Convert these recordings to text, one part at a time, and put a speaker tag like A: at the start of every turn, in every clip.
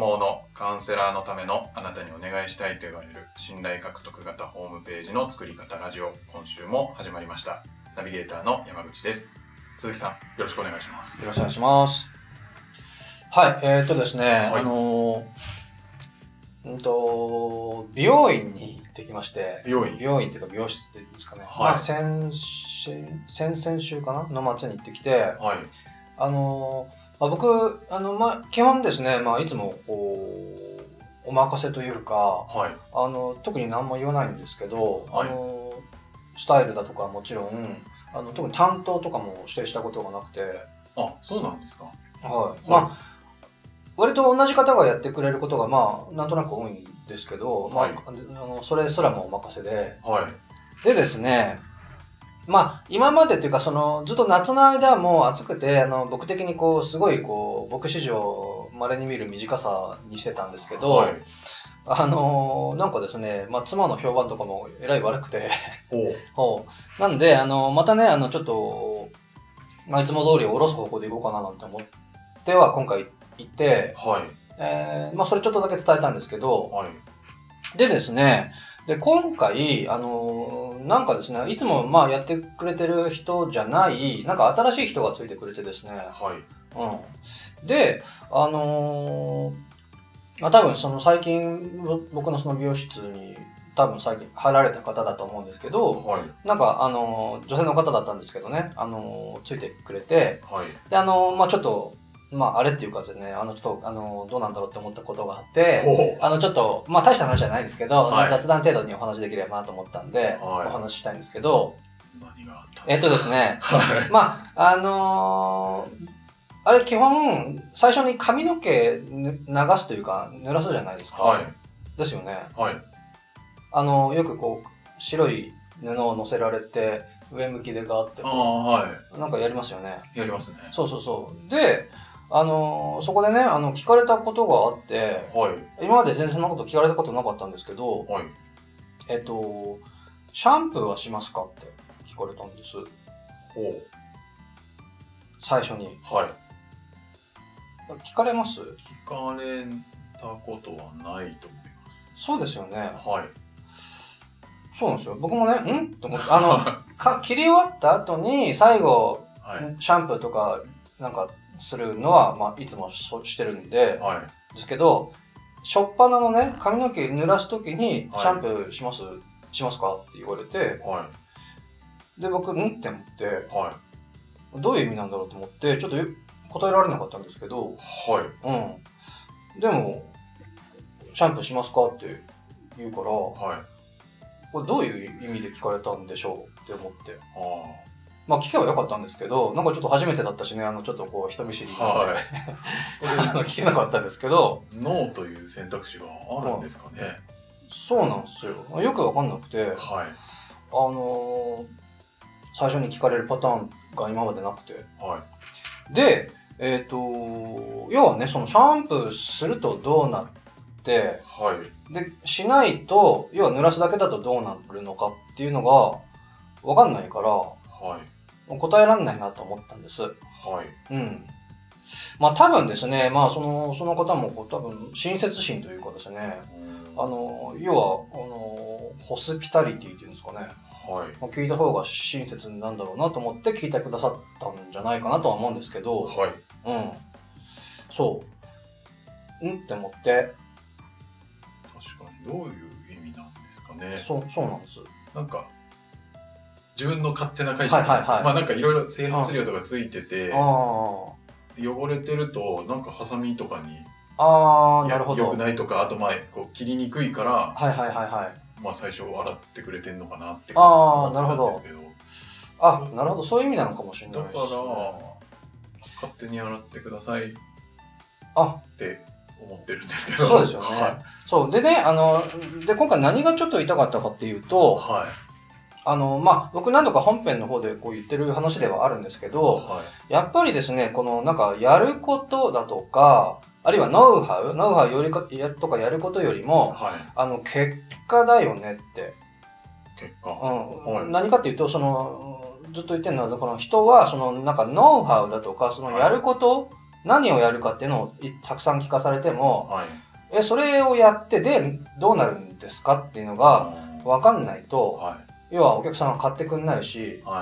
A: 法のカウンセラーのためのあなたにお願いしたいと言われる信頼獲得型ホームページの作り方ラジオ、今週も始まりました。ナビゲーターの山口です。鈴木さん、よろしくお願いします。
B: よろしくお願いします。はい、ですね、
A: はい、
B: 美容院に行ってきまして、
A: 美容院
B: っていうか美容室でいいですかね。
A: はい。
B: 先々週かなの末に行ってきて、
A: はい。
B: 僕、基本ですね、いつもお任せというか、
A: はい。
B: 特に何も言わないんですけど、
A: はい。
B: スタイルだとかはもちろん、特に担当とかも指定したことがなくて、
A: あ、そうなんですか。
B: はい。
A: は
B: 割と同じ方がやってくれることが、なんとなく多いんですけど、
A: はい
B: それすらもお任せで。
A: はい。
B: でですね、今までっていうか、ずっと夏の間も暑くて、僕的にすごい僕史上稀に見る短さにしてたんですけど、
A: はい。
B: なんかですね、妻の評判とかもえらい悪くて、
A: ほ
B: なんで、またね、ちょっと、いつも通り下ろす方向でいこうかななんて思っては、今回行って、
A: はい。
B: それちょっとだけ伝えたんですけど、
A: はい。
B: でですね、今回、なんかですね、いつもやってくれてる人じゃない、なんか新しい人がついてくれてですね、
A: はい。
B: で、多分最近、僕のその美容室に、多分最近入られた方だと思うんですけど、
A: はい。
B: なんか、女性の方だったんですけどね、ついてくれて、
A: はい。
B: で、ちょっと、あれっていうかですね、ちょっと、どうなんだろうって思ったことがあって、ちょっと、大した話じゃないですけど、
A: はい
B: 雑談程度にお話できればなと思ったんで、
A: はい
B: お話ししたいんですけど、
A: 何があったんですか。
B: ですね、
A: はい。
B: あれ基本、最初に髪の毛流すというか、濡らすじゃないですか。
A: はい。
B: ですよね。
A: はい。
B: よく白い布を乗せられて、上向きでガーって
A: は
B: なんかやりますよね。
A: い。やりますね。
B: そうそうそう。で、そこでね、聞かれたことがあって、
A: はい。
B: 今まで全然そんなこと聞かれたことなかったんですけど、
A: はい。
B: シャンプーはしますかって聞かれたんです。
A: ほう。
B: 最初に。
A: はい。
B: 聞かれます？
A: 聞かれたことはないと思います。
B: そうですよね。
A: はい。
B: そうなんですよ。僕もね、と思って、切り終わった後に最後、
A: はい。
B: シャンプーとかなんかするのは、いつもしてるんで、
A: はい。
B: ですけど、しょっぱなのね、髪の毛濡らすときに、
A: はい
B: シャンプーしますかって言われて、
A: は
B: で、僕、って思って、
A: い。はい。
B: どういう意味なんだろうと思って、ちょっと答えられなかったんですけど、
A: はい。
B: でも、シャンプーしますかって言うから、
A: はい。
B: これどういう意味で聞かれたんでしょうって思って。
A: あ
B: 聞けばよかったんですけど、なんかちょっと初めてだったしね、ちょっと人見知り
A: あ。
B: なんで、
A: はい。
B: 聞けなかったんですけど、
A: ノーという選択肢があるんですかね。
B: そうなんですよ。よくわかんなくて、
A: はい。
B: 最初に聞かれるパターンが今までなくて。
A: は
B: で、要はね、そのシャンプーするとどうなって、
A: い。はい。
B: で、しないと、要は濡らすだけだとどうなるのかっていうのがわかんないから、
A: はい。
B: 答えらんないなと思ったんです。
A: はい。
B: 多分ですね、その方も多分親切心というかですね、要は、ホスピタリティっていうんですかね。
A: はい。
B: 聞いた方が親切なんだろうなと思って聞いてくださったんじゃないかなとは思うんですけど、
A: はい。
B: そう。って思って。
A: 確かに、どういう意味なんですかね。
B: そうなんです。
A: なんか、自分の勝手な解釈です。なんかいろいろ整髪料とかついてて、汚れてると、なんかハサミとかに、
B: なるほど。
A: 良くないとか、あと切りにくいから、
B: はい。
A: 最初洗ってくれてんのかなって思ってたんですけど。
B: なるほど。そういう意味なのかもしれないです、ね。
A: だから、勝手に洗ってくださいって思ってるんですけど。
B: そうですよね。
A: はい、
B: そう。でね、今回何がちょっと言いたかったかっていうと、
A: はい。
B: 僕何度か本編の方で言ってる話ではあるんですけど、
A: はい、
B: やっぱりですね、なんかやることだとか、あるいはノウハウよりかとかやることよりも、
A: はい、
B: 結果だよねって。
A: 結果。はい、
B: 何かっていうと、ずっと言ってるのは、この人は、なんかノウハウだとか、やること何をやるかっていうのをたくさん聞かされても、
A: はい。
B: それをやってでどうなるんですかっていうのが分かんないと、
A: は
B: 要はお客さんが買ってくんないし、
A: はい。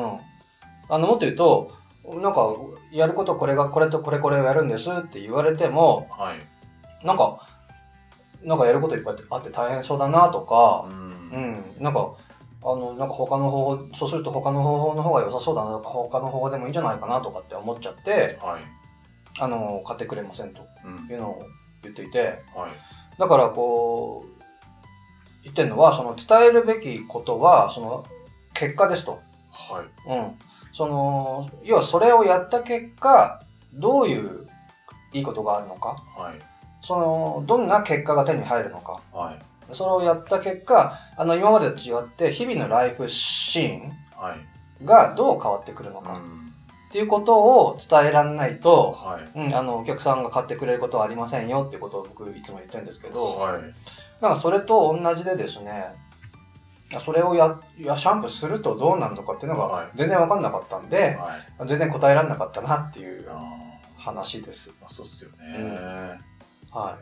B: もっと言うと、なんか、やることこれとこれをやるんですって言われても、
A: はい。
B: なんかやることいっぱいあって大変そうだなとか、なんか他の方法、そうすると他の方法の方が良さそうだなとか、他の方法でもいいんじゃないかなとかって思っちゃって、
A: はい。
B: 買ってくれませんというのを言っていて、
A: はい。
B: だからこう、言ってるのは、その伝えるべきことは、その結果ですと。
A: はい。
B: 要はそれをやった結果、どういういいことがあるのか。
A: はい。
B: どんな結果が手に入るのか。
A: はい。
B: それをやった結果、今までと違って、日々のライフシーンがどう変わってくるのか。っていうことを伝えらんないと、
A: はい。
B: お客さんが買ってくれることはありませんよっていうことを僕いつも言ってるんですけど、
A: はい。
B: なんかそれと同じでですね、それをシャンプーするとどうなるのかっていうのが全然わかんなかったんで、
A: はい。
B: 全然答えられなかったなっていう話です。
A: そうっすよね。
B: はい。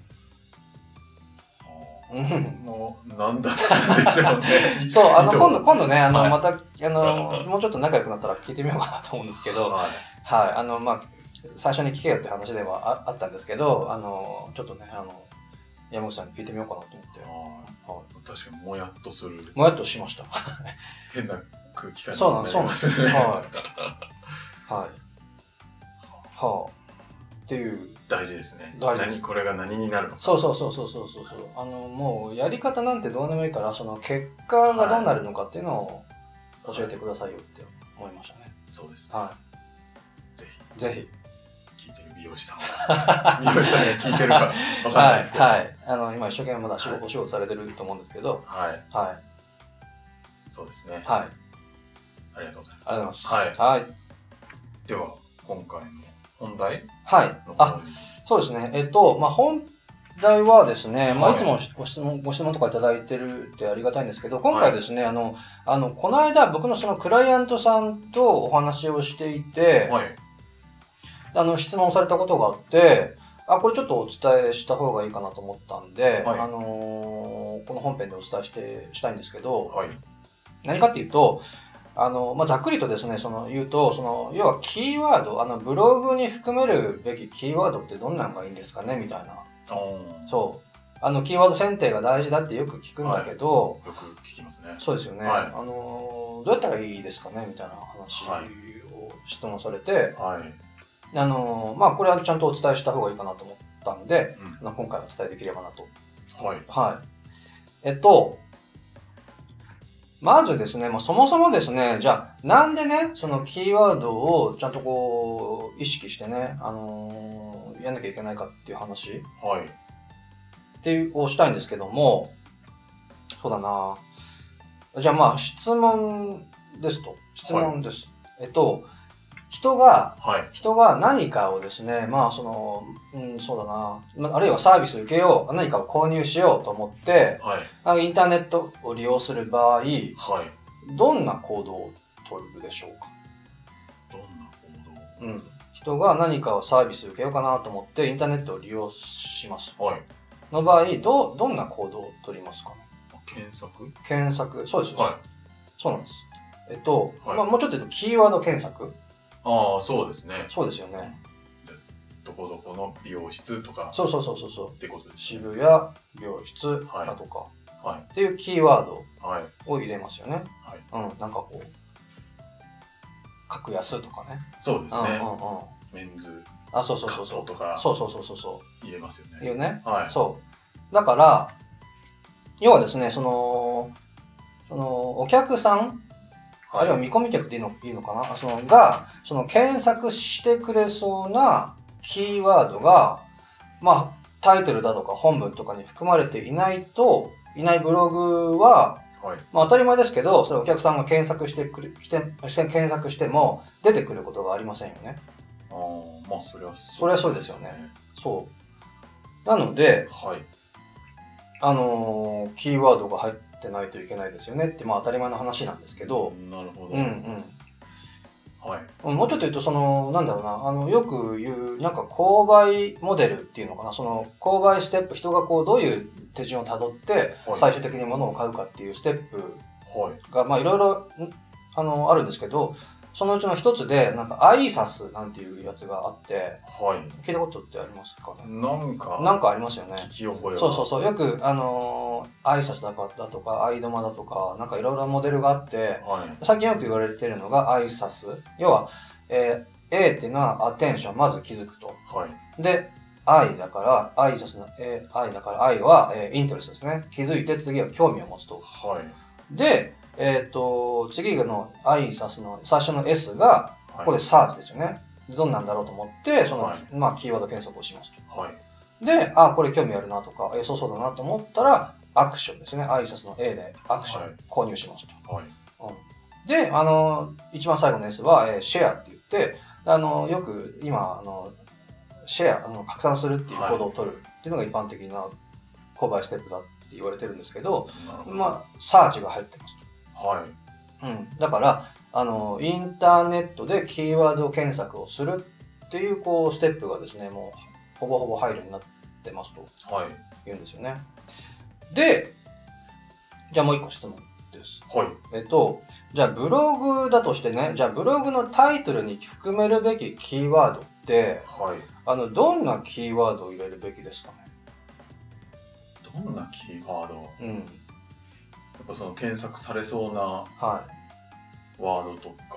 A: もう、なんだったんでしょうね。
B: そう、今度ね、
A: はい
B: また、もうちょっと仲良くなったら聞いてみようかなと思うんですけど、
A: はい。
B: 最初に聞けよって話ではあったんですけど、ちょっとね、山口さんに聞いてみようかなと思って。
A: 確かにもやっとする。
B: もやっとしました。
A: 変な空気感
B: になりますね。はい。はい。はあ。っていう。
A: 大事ですね。これが何になるのか。
B: そう。もうやり方なんてどうでもいいから、その結果がどうなるのかっていうのを教えてくださいよって思いましたね。
A: そうですね。
B: はい。ぜ
A: ひ。聞いてる美容師さんが聞いてるかわかんないですけど。
B: はい。今一生懸命まだお仕事されてると思うんですけど。
A: はい。
B: はい。
A: そうですね。
B: はい。
A: ありがとうございます。
B: ありがとうございます。
A: はい。では、今回の本題
B: はい。そうですね。本題はですね、いつもご質問とかいただいてるってありがたいんですけど、今回ですね、この間僕のそのクライアントさんとお話をしていて、質問されたことがあって、これちょっとお伝えした方がいいかなと思ったんで、この本編でお伝えしたいんですけど、何かっていうと、ざっくりとですね、言うと、要はキーワード、ブログに含めるべきキーワードってどんなのがいいんですかねみたいな。そう。キーワード選定が大事だってよく聞くんだけど、
A: よく聞きますね。
B: そうですよね。どうやったらいいですかねみたいな話を質問されて、これはちゃんとお伝えした方がいいかなと思ったんで、今回はお伝えできればなと。まずですね、そもそもですね、じゃあ、なんでね、そのキーワードをちゃんとこう、意識してね、やんなきゃいけないかっていう話。をしたいんですけども、そうだな。じゃあ質問ですと。質問です。人が何かをですね、そうだな。あるいはサービス受けよう、何かを購入しようと思って、インターネットを利用する場合、どんな行動を取るでしょうか？人が何かをサービス受けようかなと思って、インターネットを利用します。の場合、どんな行動を取りますかね？検索。そうです。そうなんです。もうちょっと言うと、キーワード検索。
A: そうですね。
B: そうですよね。
A: どこどこの美容室とか。
B: そう。
A: ってことです。
B: 渋谷美容室だとか。っていうキーワードを入れますよね。なんかこう、格安とかね。
A: そうですね。メンズ。
B: そう
A: とか。
B: そう
A: 入れますよね。
B: 言うね。そう。だから、要はですね、お客さん、あるいは見込み客っていいのかなが、検索してくれそうなキーワードが、タイトルだとか本文とかに含まれていないブログは、当たり前ですけど、それお客さんが検索しても出てくることがありませんよね。
A: それは
B: そうですよね。そう。なので、キーワードが入ってないといけないですよねって、当たり前の話なんですけど。
A: なるほど。 はい。
B: もうちょっと言うと、なんだろうな、よく言う、なんか購買モデルっていうのかな、購買ステップ、人がこう、どういう手順をたどって、最終的に物を買うかっていうステップが、まあいろいろ、あるんですけど、そのうちの一つで、なんか、アイサスなんていうやつがあって、
A: はい。
B: 聞いたことってありますかね？
A: なんか
B: ありますよね。
A: 聞き覚えは。
B: そう。よく、アイサスだとか、アイドマだとか、なんかいろいろモデルがあって、
A: はい、
B: 最近よく言われているのがアイサス。要は、A っていうのはアテンション、まず気づくと。
A: はい。
B: で、I だから、アイサスの I だから、I は、イントレストですね。気づいて次は興味を持つと。
A: はい。
B: で、次のアイサスの最初の S が、ここでサーチですよね。どんなんだろうと思って、まあ、キーワード検索をしますと。
A: はい。
B: で、これ興味あるなとか、そうだなと思ったら、アクションですね。アイサスの A でアクション購入しますと。
A: はい。
B: で、一番最後の S は、シェアって言って、よく今、シェア、拡散するっていう行動を取るっていうのが一般的な購買ステップだって言われてるんですけど、まあ、サーチが入ってます
A: と。はい。
B: だから、インターネットでキーワード検索をするっていう、こう、ステップがですね、もう、ほぼほぼ入るようになってますと言うんですよね。で、じゃあもう一個質問です。
A: はい。
B: じゃあブログだとしてね、じゃあブログのタイトルに含めるべきキーワードって、
A: はい。
B: どんなキーワードを入れるべきですかね？
A: どんなキーワード？や
B: っ
A: ぱその検索されそうなワードとか。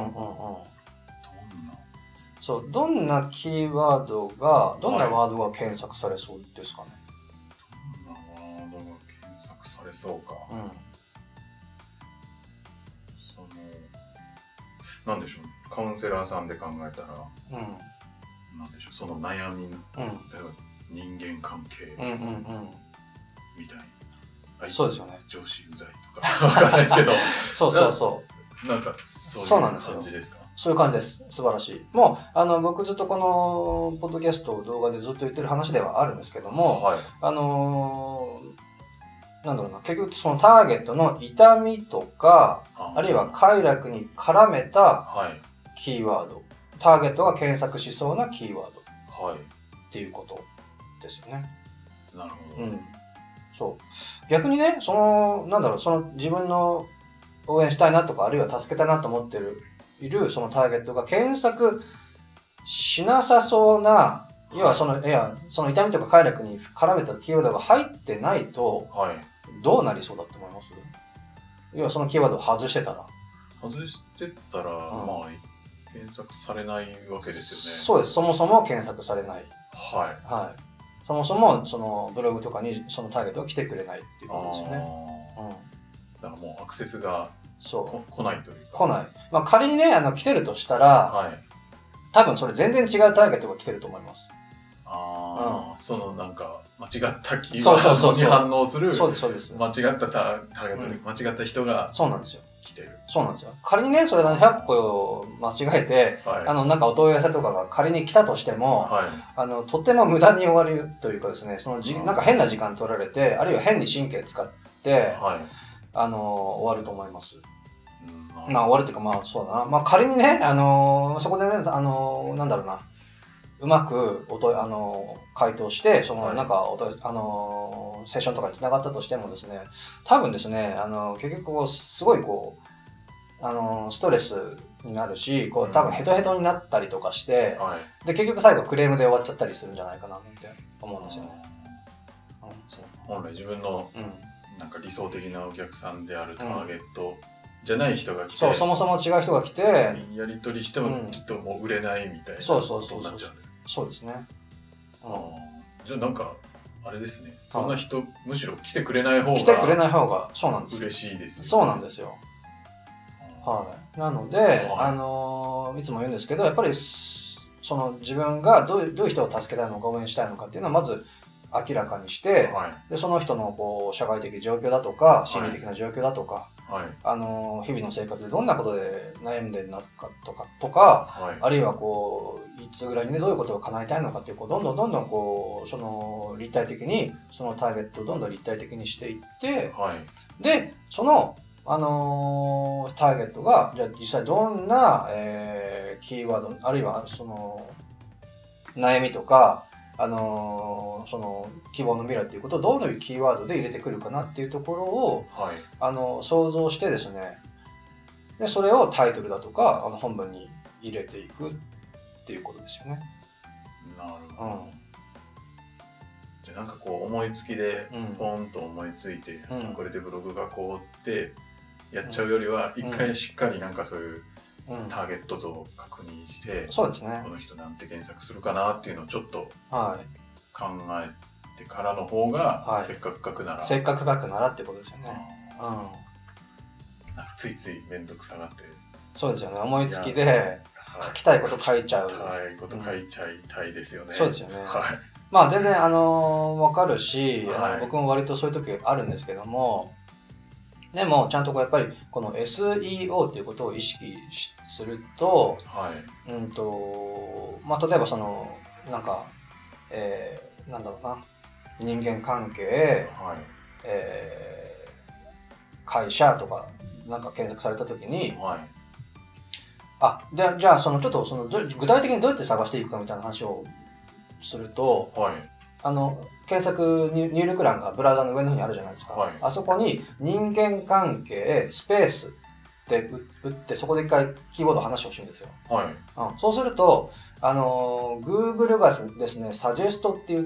B: どんなキーワードが、どんなワードが検索されそうですかね？
A: どんなワードが検索されそうか。なんでしょう、カウンセラーさんで考えたら、なんでしょう、その悩み、例えば人間関係みたいな。
B: そうですよね。
A: 上司うざいとかわかんないですけど。なんかそういう感じですか？
B: そういう感じです。素晴らしい。もう、僕ずっとこの、ポッドキャスト動画でずっと言ってる話ではあるんですけども、なんだろうな、結局そのターゲットの痛みとか、あるいは快楽に絡めたキーワード、ターゲットが検索しそうなキーワードっていうことですよね。
A: なるほど。
B: そう。逆にね、なんだろう、自分の応援したいなとか、あるいは助けたいなと思っているそのターゲットが検索しなさそうな、要はその痛みとか快楽に絡めたキーワードが入ってないと、どうなりそうだと思います？要はそのキーワードを外してたら。
A: まあ、検索されないわけですよね。
B: そうです。そもそも検索されない。そもそも、そのブログとかにそのターゲットが来てくれないっていうことですよね。
A: だからもうアクセスが来ないというか。
B: 来ない。まあ仮にね、来てるとしたら、多分それ全然違うターゲットが来てると思います。
A: そのなんか間違ったキーワードに反応する間違ったターゲットで間違った人が来てる。
B: そうなんですよ。仮にね、それが100歩間違えて、なんかお問い合わせとかが仮に来たとしても、とても無駄に終わるというかですね、なんか変な時間取られて、あるいは変に神経使って、終わると思います。まあ終わるっていうか、まあそうだな。まあ仮にね、そこでね、なんだろうな。うまく回答して、なんかセッションとかに繋がったとしてもですね、多分ですね、結局すごいストレスになるし、多分ヘトヘトになったりとかして、で、結局最後クレームで終わっちゃったりするんじゃないかなって思うんですよね。
A: 本来自分のなんか理想的なお客さんであるターゲットじゃない人が来て、
B: そもそも違う人が来て、
A: やり取りしてもきっともう売れないみたいなことになっちゃうんです。
B: そうですね。
A: じゃあなんかあれですね。そんな人むしろ来てくれない方
B: がそうなんです。
A: 嬉しいです。
B: そうなんですよ。なので、いつも言うんですけど、やっぱり自分がどういう人を助けたいのか応援したいのかっていうのはまず明らかにして、でその人の社会的状況だとか心理的な状況だとか、日々の生活でどんなことで悩んでるのかとか、あるいはいつぐらいにねどういうことを叶えたいのかっていうどんどん立体的にそのターゲットをどんどん立体的にしていって、でターゲットが、じゃあ実際どんな、キーワード、あるいはその悩みとか、その希望の未来っていうことをどういうキーワードで入れてくるかなっていうところを、
A: はい。
B: 想像してですね、で、それをタイトルだとか、本文に入れていくっていうことですよね。
A: なるほど。じゃあなんかこう思いつきで、ポンと思いついて、これでブログがこうってやっちゃうよりは、一回しっかりなんかそういうターゲット像を確認して、
B: そうですね。
A: この人なんて検索するかなっていうのをちょっと
B: はい。
A: 考えてからの方が、せっかく書くなら。
B: せっかく書くならってことですよね。
A: なんかついつい面倒くさがって。
B: そうですよね。思いつきで書きたいこと書いちゃう。
A: 書きたいこと書いちゃいたいですよね。
B: そうですよね。
A: はい。
B: まあ全然わかるし、僕も割とそういう時あるんですけども、でもちゃんとこうやっぱりこの SEO っていうことを意識すると、
A: はい。
B: まあ例えばそのなんか、なんだろうな、人間関係、
A: はい。
B: 会社とかなんか検索された時に、
A: はい。
B: じゃあそのちょっとその具体的にどうやって探していくかみたいな話をすると、
A: はい。
B: 検索入力欄がブラウザの上の方にあるじゃないですか。
A: はい、
B: あそこに人間関係スペースって打って、そこで一回キーボード話してほしいんですよ。
A: はい。
B: そうすると、Google がですね、サジェストって言って、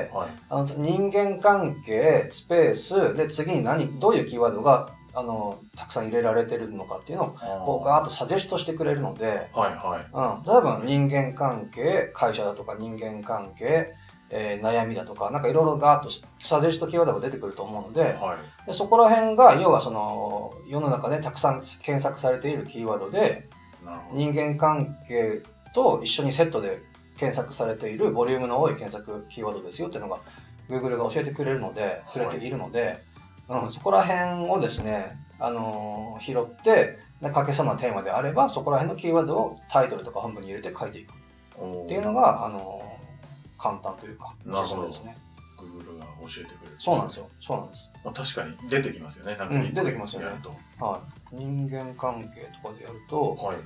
A: はい、
B: 人間関係スペースで次にどういうキーワードがたくさん入れられてるのかっていうのをこうガーッとサジェストしてくれるので、
A: はいは
B: い。例えば人間関係、会社だとか人間関係、悩みだとか、なんかいろいろガーッとサジェストキーワードが出てくると思うので、
A: はい、
B: でそこら辺が要はその世の中でたくさん検索されているキーワードで、人間関係と一緒にセットで検索されているボリュームの多い検索キーワードですよっていうのが Google が教えてくれるので、くれているので、そこら辺をですね、拾って書けそうなテーマであれば、そこら辺のキーワードをタイトルとか本文に入れて書いていくっていうのが簡単というか、
A: なるほど
B: ですね。
A: Google が教えてくれる、
B: そうなんですよ。そうなんです。
A: まあ、確かに出てきますよね。なんか
B: 出てきますよね。はい。人間関係とかでやると、
A: はい、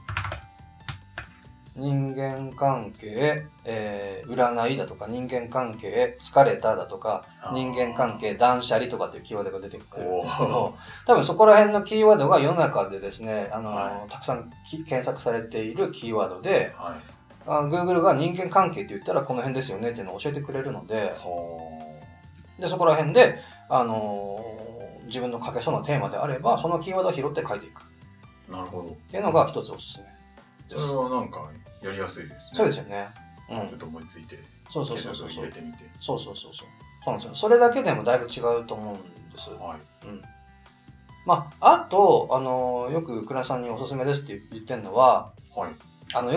B: 人間関係、占いだとか、人間関係疲れただとか、人間関係断捨離とかっていうキーワードが出てくるんですけど、多分そこら辺のキーワードが世の中でですね、たくさん検索されているキーワードで、Google が人間関係って言ったらこの辺ですよねっていうのを教えてくれるので、でそこら辺で、自分の書けそうなテーマであれば、そのキーワードを拾って書いていく。
A: なるほど。
B: っていうのが一つおすすめ。
A: それはなんかやりやすいですね。
B: そうですよね。
A: ちょっと思いついて、
B: そう
A: 入れてみて。
B: そうなんですよ。それだけでもだいぶ違うと思うんです。
A: はい。
B: まあ、あと、よく倉さんにおすすめですって言ってるのは、
A: はい。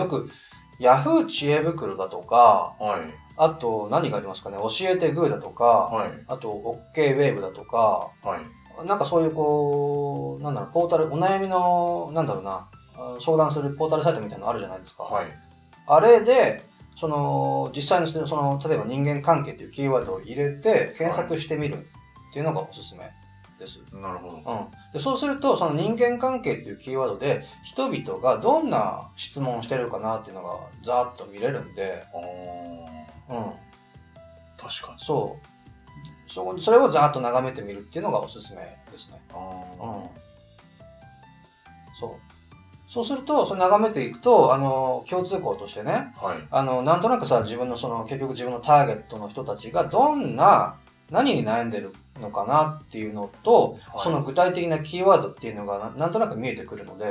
B: よく、ヤフー知恵袋だとか、
A: はい。
B: あと、何がありますかね、教えてグーだとか、
A: はい。
B: あと、OK ウェーブだとか、
A: はい。
B: なんかそういうこう、なんだろう、ポータル、お悩みの、なんだろうな、相談するポータルサイトみたいなのあるじゃないですか。
A: はい。
B: あれで、実際に例えば人間関係っていうキーワードを入れて検索してみるっていうのがおすすめです。
A: なるほど。
B: でそうすると、その人間関係っていうキーワードで、人々がどんな質問をしてるかなっていうのがざーっと見れるんで、
A: 確かに。
B: それをざーっと眺めてみるっていうのがおすすめですね。そうすると、それ眺めていくと、共通項としてね、なんとなくさ、結局自分のターゲットの人たちが何に悩んでるのかなっていうのと、その具体的なキーワードっていうのがなんとなく見えてくるので、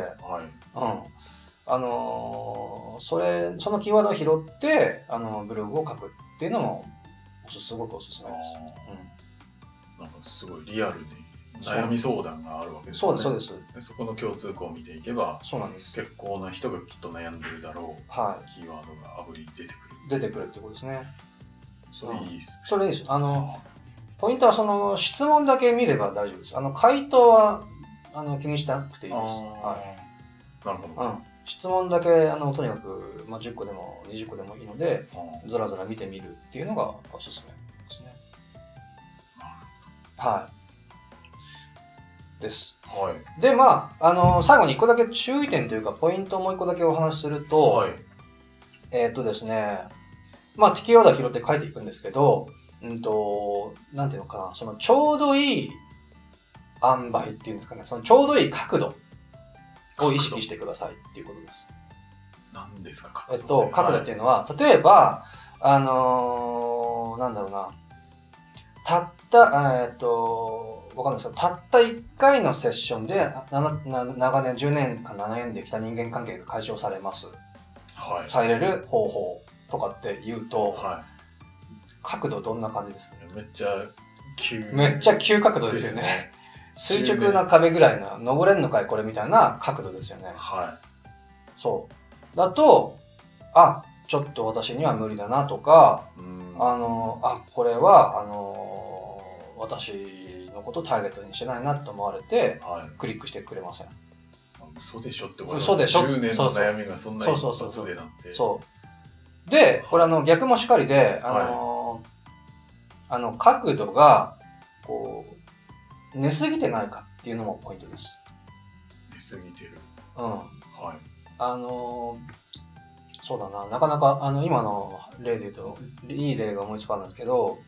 B: そのキーワードを拾って、ブログを書くっていうのも、すごくおすすめです。
A: なんかすごいリアルに悩み相談があるわけですね。
B: そうです。
A: そこの共通項を見ていけば、
B: そうなんです。
A: 結構な人がきっと悩んでるだろう、キーワードがあぶり出てくる。
B: 出てくるってことですね。
A: それいいっすね。
B: それいいです。ポイントは質問だけ見れば大丈夫です。回答は気にしなくていいです。
A: なるほど。
B: 質問だけとにかく、10個でも20個でもいいので、ずらずら見てみるっていうのがおすすめですね。はい。 です。
A: はい。
B: で、最後に1個だけ注意点というか、ポイントをもう1個だけお話しすると、
A: はい。
B: ですね、キーワードは拾って書いていくんですけど、なんていうのかな、そのちょうどいい塩梅っていうんですかね、そのちょうどいい角度を意識してくださいっていうことです。
A: 何ですか、角度。
B: 角度っていうのは、例えば、なんだろうな、わかんないですけど、たった1回のセッションで、長年、10年か7年できた人間関係が解消されます。
A: はい。
B: される方法とかって言うと、
A: はい。
B: 角度どんな感じですか？
A: めっちゃ
B: 急角度ですよね。垂直な壁ぐらいな、登れんのかいこれみたいな角度ですよね。
A: はい。
B: そう。だと、ちょっと私には無理だなとか、これは、私のことをターゲットにしてないなと思われて、クリックしてくれません。
A: 嘘でしょって思います。
B: 嘘でしょ。
A: 10年の悩みがそんな一発でなって。
B: そう。で、これ逆もしかりで、角度が、こう、寝すぎてないかっていうのもポイントです。
A: 寝すぎてる。
B: うん。
A: はい。
B: そうだな、なかなか、今の例で言うと、いい例が思いつかないんですけど、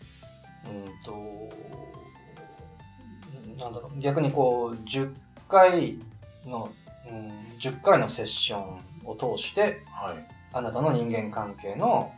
B: なんだろう、逆にこう、10回のセッションを通して、
A: はい、
B: あなたの人間関係の、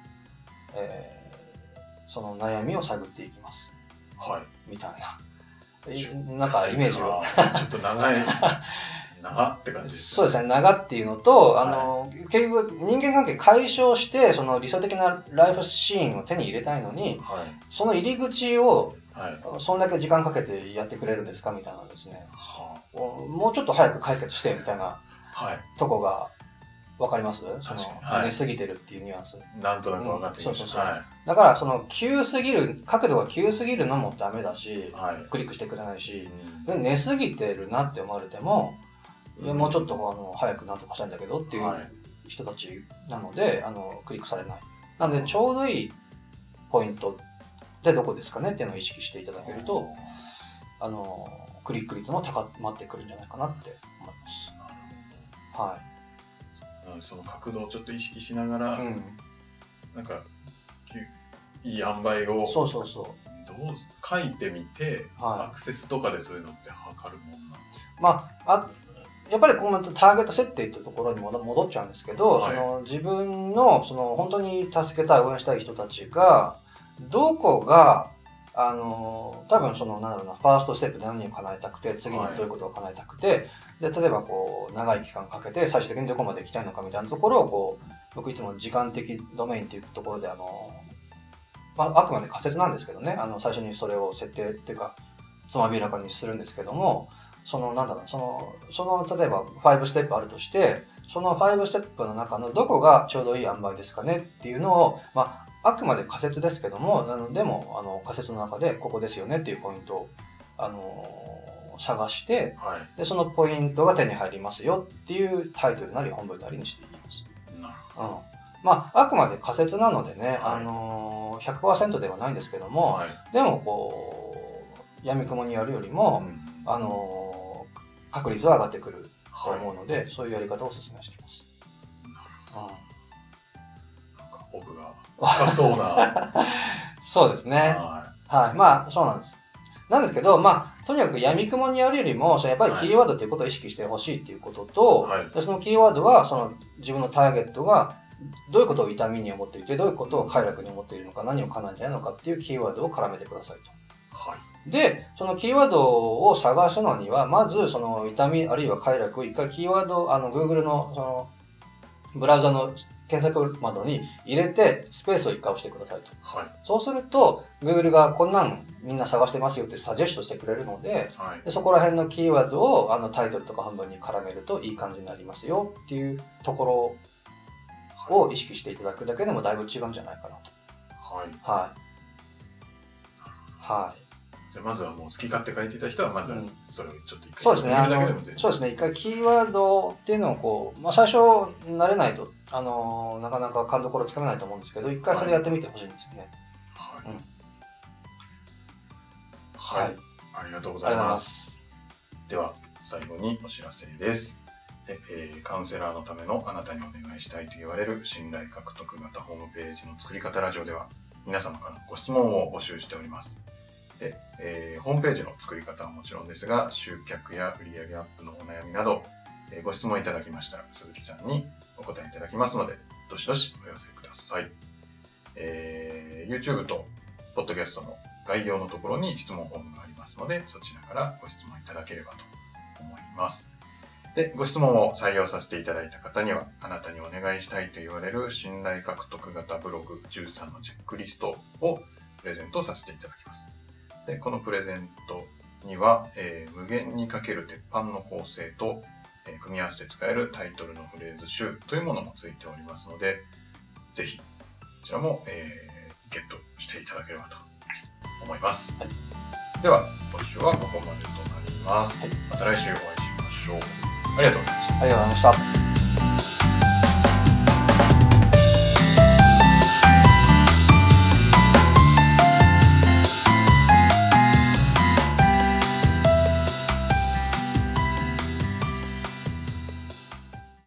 B: その悩みを探っていきます。
A: はい。
B: みたいな。なんかイメージを。
A: ちょっと長い。長って感じです、ね。
B: そうですね。長っていうのと、結局人間関係解消して、その理想的なライフシーンを手に入れたいのに、その入り口を、そんだけ時間かけてやってくれるんですかみたいなですね。もうちょっと早く解決して、みたいなとこが、わかります？その、寝すぎてるっていうニュアンス。
A: なんとなく分かってきました。
B: だから、その、角度が急すぎるのもダメだし、クリックしてくれないし、寝すぎてるなって思われても、いやもうちょっと早くなんとかしたいんだけどっていう人たちなので、クリックされない。なので、ちょうどいいポイントってどこですかねっていうのを意識していただけると、クリック率も高まってくるんじゃないかなって思います。はい。
A: その角度をちょっと意識しながら、なんか、いい塩梅を、
B: そう。
A: どう書いてみて、アクセスとかでそういうのって測るもんなんですか？
B: やっぱりこのターゲット設定っていうところに戻っちゃうんですけど、その自分のその本当に助けたい、応援したい人たちが、どこが、多分その、ファーストステップで何を叶えたくて、次にどういうことを叶えたくて、で、例えばこう、長い期間かけて最終的にどこまで行きたいのかみたいなところを、こう、僕いつも時間的ドメインっていうところで、あくまで仮説なんですけどね、最初にそれを設定っていうか、つまびらかにするんですけども、その、例えば5ステップあるとして、その5ステップの中のどこがちょうどいい塩梅ですかねっていうのを、あくまで仮説ですけども、でも、仮説の中でここですよねっていうポイントを、探して、で、そのポイントが手に入りますよっていうタイトルなり本文なりにしていきます。あくまで仮説なのでね、100% ではないんですけども、でも、こう、闇雲にやるよりも、確率は上がってくると思うので、そういうやり方をお勧めしています。
A: なんか奥が深そうな。
B: そうですね。そうなんです。なんですけど、とにかく闇雲にやるよりも、やっぱりキーワードということを意識してほしいということと、でそのキーワードは、その自分のターゲットがどういうことを痛みに思っていて、どういうことを快楽に思っているのか、何を叶えたいのかっていうキーワードを絡めてくださいと。で、そのキーワードを探すのには、まずその痛みあるいは快楽を一回キーワード、Google のそのブラウザの検索窓に入れてスペースを一回押してくださいと。そうすると Google がこんなんみんな探してますよってサジェストしてくれるので、でそこら辺のキーワードをタイトルとか半分に絡めるといい感じになりますよっていうところを意識していただくだけでもだいぶ違うんじゃないかなと。
A: じゃあまずはもう好き勝手書いていた人はまずはそれをちょっと一
B: 回やってみるだけでも全然。そうですね。一回キーワードっていうのをこう、最初慣れないとなかなか勘どころつかめないと思うんですけど、一回それやってみてほしいんですよね。
A: ありがとうございます。 では、最後にお知らせです。カウンセラーのためのあなたにお願いしたいと言われる信頼獲得型ホームページの作り方ラジオでは、皆様からのご質問を募集しております。でホームページの作り方はもちろんですが、集客や売上アップのお悩みなど、ご質問いただきましたら鈴木さんにお答えいただきますので、どしどしお寄せください。YouTube と Podcast の概要のところに質問フォームがありますので、そちらからご質問いただければと思います。で、ご質問を採用させていただいた方には、あなたにお願いしたいと言われる信頼獲得型ブログ13のチェックリストをプレゼントさせていただきます。で、このプレゼントには、無限にかける鉄板の構成と、組み合わせて使えるタイトルのフレーズ集というものもついておりますので、ぜひ、こちらも、ゲットしていただければと思います。はい、では、今週はここまでとなります。はい、また来週お会いしましょう。ありがとうございました。
B: ありがとうございました。